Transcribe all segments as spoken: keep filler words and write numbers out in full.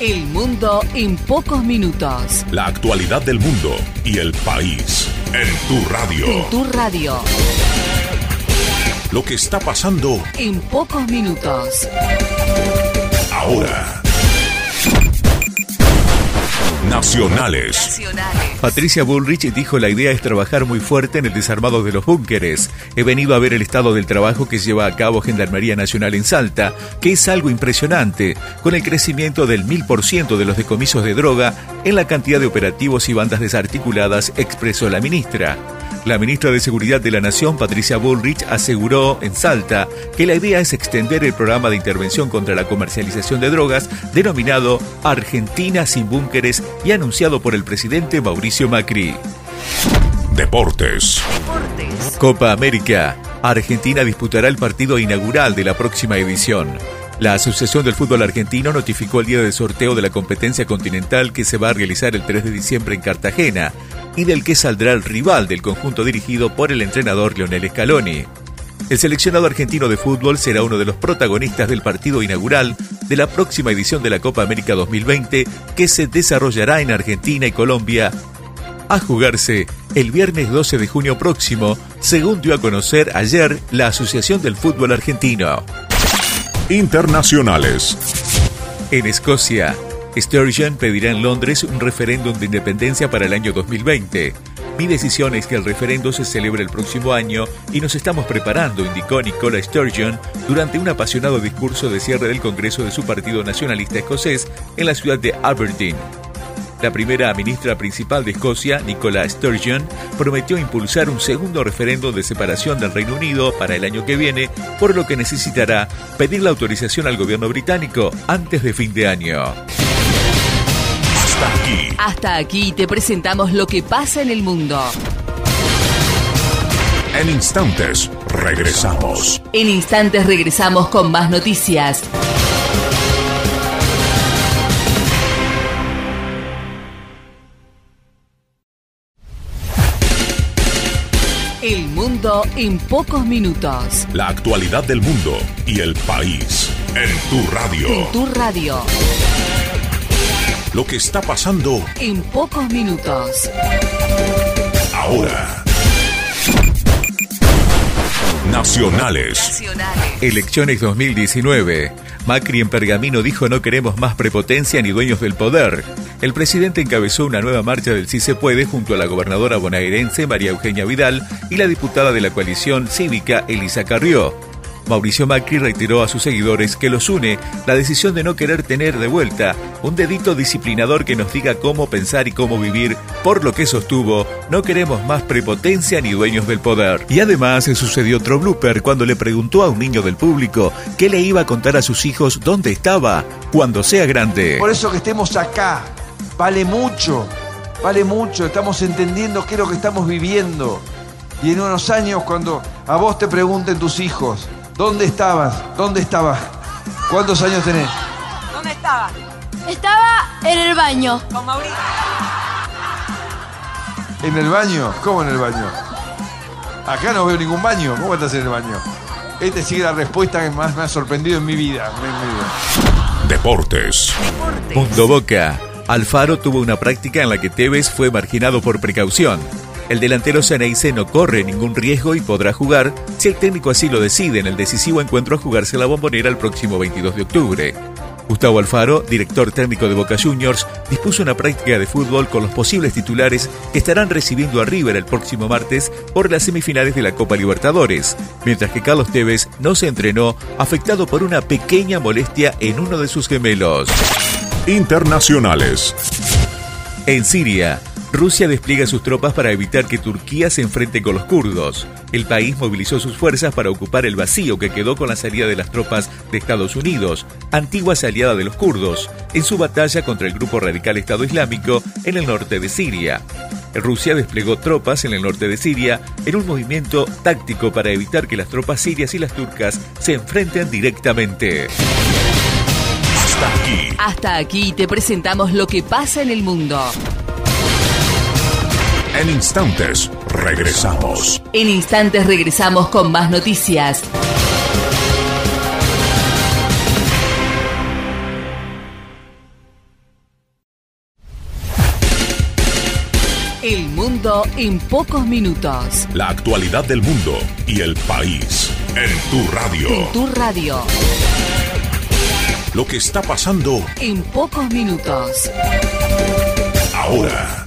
El mundo en pocos minutos. La actualidad del mundo y el país en tu radio. En tu radio. Lo que está pasando en pocos minutos. Ahora. Nacionales. Nacionales. Patricia Bullrich dijo: la idea es trabajar muy fuerte en el desarmado de los búnkeres. He venido a ver el estado del trabajo que lleva a cabo Gendarmería Nacional en Salta, que es algo impresionante, con el crecimiento del mil por ciento de los decomisos de droga en la cantidad de operativos y bandas desarticuladas, expresó la ministra. La ministra de Seguridad de la Nación, Patricia Bullrich, aseguró en Salta que la idea es extender el programa de intervención contra la comercialización de drogas denominado Argentina sin búnkeres y anunciado por el presidente Mauricio Macri. Deportes. Deportes. Copa América. Argentina disputará el partido inaugural de la próxima edición. La Asociación del Fútbol Argentino notificó el día del sorteo de la competencia continental que se va a realizar el tres de diciembre en Cartagena y del que saldrá el rival del conjunto dirigido por el entrenador Lionel Scaloni. El seleccionado argentino de fútbol será uno de los protagonistas del partido inaugural de la próxima edición de la Copa América dos mil veinte, que se desarrollará en Argentina y Colombia a jugarse el viernes doce de junio próximo, según dio a conocer ayer la Asociación del Fútbol Argentino. Internacionales. En Escocia, Sturgeon pedirá en Londres un referéndum de independencia para el año dos mil veinte. Mi decisión es que el referendo se celebre el próximo año y nos estamos preparando, indicó Nicola Sturgeon durante un apasionado discurso de cierre del Congreso de su partido nacionalista escocés en la ciudad de Aberdeen. La primera ministra principal de Escocia, Nicola Sturgeon, prometió impulsar un segundo referéndum de separación del Reino Unido para el año que viene, por lo que necesitará pedir la autorización al gobierno británico antes de fin de año. Hasta aquí. Hasta aquí te presentamos lo que pasa en el mundo. En instantes, regresamos. En instantes regresamos con más noticias. El mundo en pocos minutos. La actualidad del mundo y el país en tu radio. En tu radio. Lo que está pasando en pocos minutos. Ahora. Nacionales. Nacionales. Elecciones dos mil diecinueve. Macri en Pergamino dijo: no queremos más prepotencia ni dueños del poder. El presidente encabezó una nueva marcha del Sí se puede junto a la gobernadora bonaerense María Eugenia Vidal y la diputada de la coalición cívica Elisa Carrió. Mauricio Macri reiteró a sus seguidores que los une la decisión de no querer tener de vuelta un dedito disciplinador que nos diga cómo pensar y cómo vivir, por lo que sostuvo: no queremos más prepotencia ni dueños del poder. Y además se sucedió otro blooper cuando le preguntó a un niño del público qué le iba a contar a sus hijos dónde estaba cuando sea grande. Por eso que estemos acá, vale mucho, vale mucho, estamos entendiendo qué es lo que estamos viviendo. Y en unos años, cuando a vos te pregunten tus hijos, ¿dónde estabas? ¿Dónde estabas? ¿Cuántos años tenés? ¿Dónde estabas? Estaba en el baño. Con Mauricio. ¿En el baño? ¿Cómo en el baño? Acá no veo ningún baño. ¿Cómo estás en el baño? Esta sigue la respuesta que más me ha sorprendido en mi vida. En mi vida. Deportes. Deportes. Mundo Boca. Alfaro tuvo una práctica en la que Tevez fue marginado por precaución. El delantero Ceneice no corre ningún riesgo y podrá jugar si el técnico así lo decide en el decisivo encuentro a jugarse la Bombonera el próximo veintidós de octubre. Gustavo Alfaro, director técnico de Boca Juniors, dispuso una práctica de fútbol con los posibles titulares que estarán recibiendo a River el próximo martes por las semifinales de la Copa Libertadores, mientras que Carlos Tevez no se entrenó, afectado por una pequeña molestia en uno de sus gemelos. Internacionales. En Siria, Rusia despliega sus tropas para evitar que Turquía se enfrente con los kurdos. El país movilizó sus fuerzas para ocupar el vacío que quedó con la salida de las tropas de Estados Unidos, antigua aliada de los kurdos, en su batalla contra el grupo radical Estado Islámico en el norte de Siria. Rusia desplegó tropas en el norte de Siria en un movimiento táctico para evitar que las tropas sirias y las turcas se enfrenten directamente. Hasta aquí. Hasta aquí te presentamos lo que pasa en el mundo. En instantes, regresamos. En instantes regresamos con más noticias. mundo en pocos minutos. La actualidad del mundo y el país en tu radio. En tu radio. Lo que está pasando en pocos minutos. Ahora.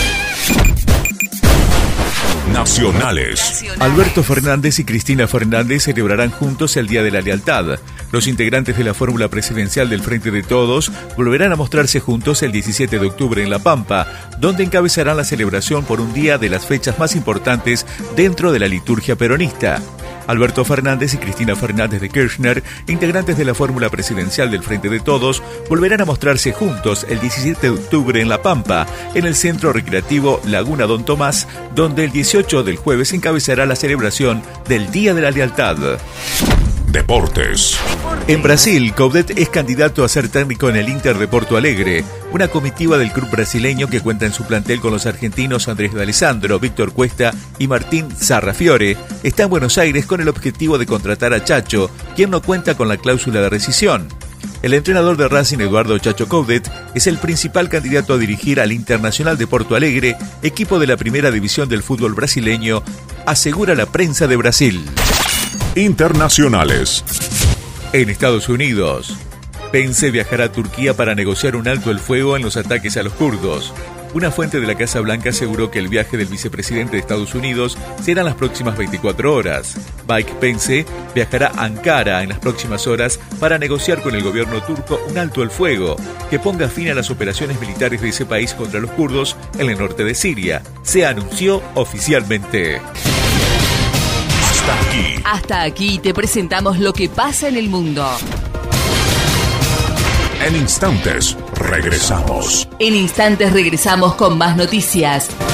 Nacionales. Alberto Fernández y Cristina Fernández celebrarán juntos el Día de la Lealtad. Los integrantes de la fórmula presidencial del Frente de Todos volverán a mostrarse juntos el diecisiete de octubre en La Pampa, donde encabezarán la celebración por un día de las fechas más importantes dentro de la liturgia peronista. Alberto Fernández y Cristina Fernández de Kirchner, integrantes de la fórmula presidencial del Frente de Todos, volverán a mostrarse juntos el diecisiete de octubre en La Pampa, en el Centro Recreativo Laguna Don Tomás, donde el dieciocho del jueves encabezará la celebración del Día de la Lealtad. Deportes. En Brasil, Coudet es candidato a ser técnico en el Inter de Porto Alegre. Una comitiva del club brasileño que cuenta en su plantel con los argentinos Andrés D'Alessandro, Víctor Cuesta y Martín Sarrafiore está en Buenos Aires con el objetivo de contratar a Chacho, quien no cuenta con la cláusula de rescisión. El entrenador de Racing, Eduardo Chacho Coudet, es el principal candidato a dirigir al Internacional de Porto Alegre, equipo de la primera división del fútbol brasileño, asegura la prensa de Brasil. Internacionales. En Estados Unidos, Pence viajará a Turquía para negociar un alto el fuego en los ataques a los kurdos. Una fuente de la Casa Blanca aseguró que el viaje del vicepresidente de Estados Unidos será en las próximas veinticuatro horas. Mike Pence viajará a Ankara en las próximas horas para negociar con el gobierno turco un alto el fuego que ponga fin a las operaciones militares de ese país contra los kurdos en el norte de Siria. Se anunció oficialmente. Hasta aquí. Hasta aquí te presentamos lo que pasa en el mundo. En instantes regresamos. En instantes regresamos con más noticias.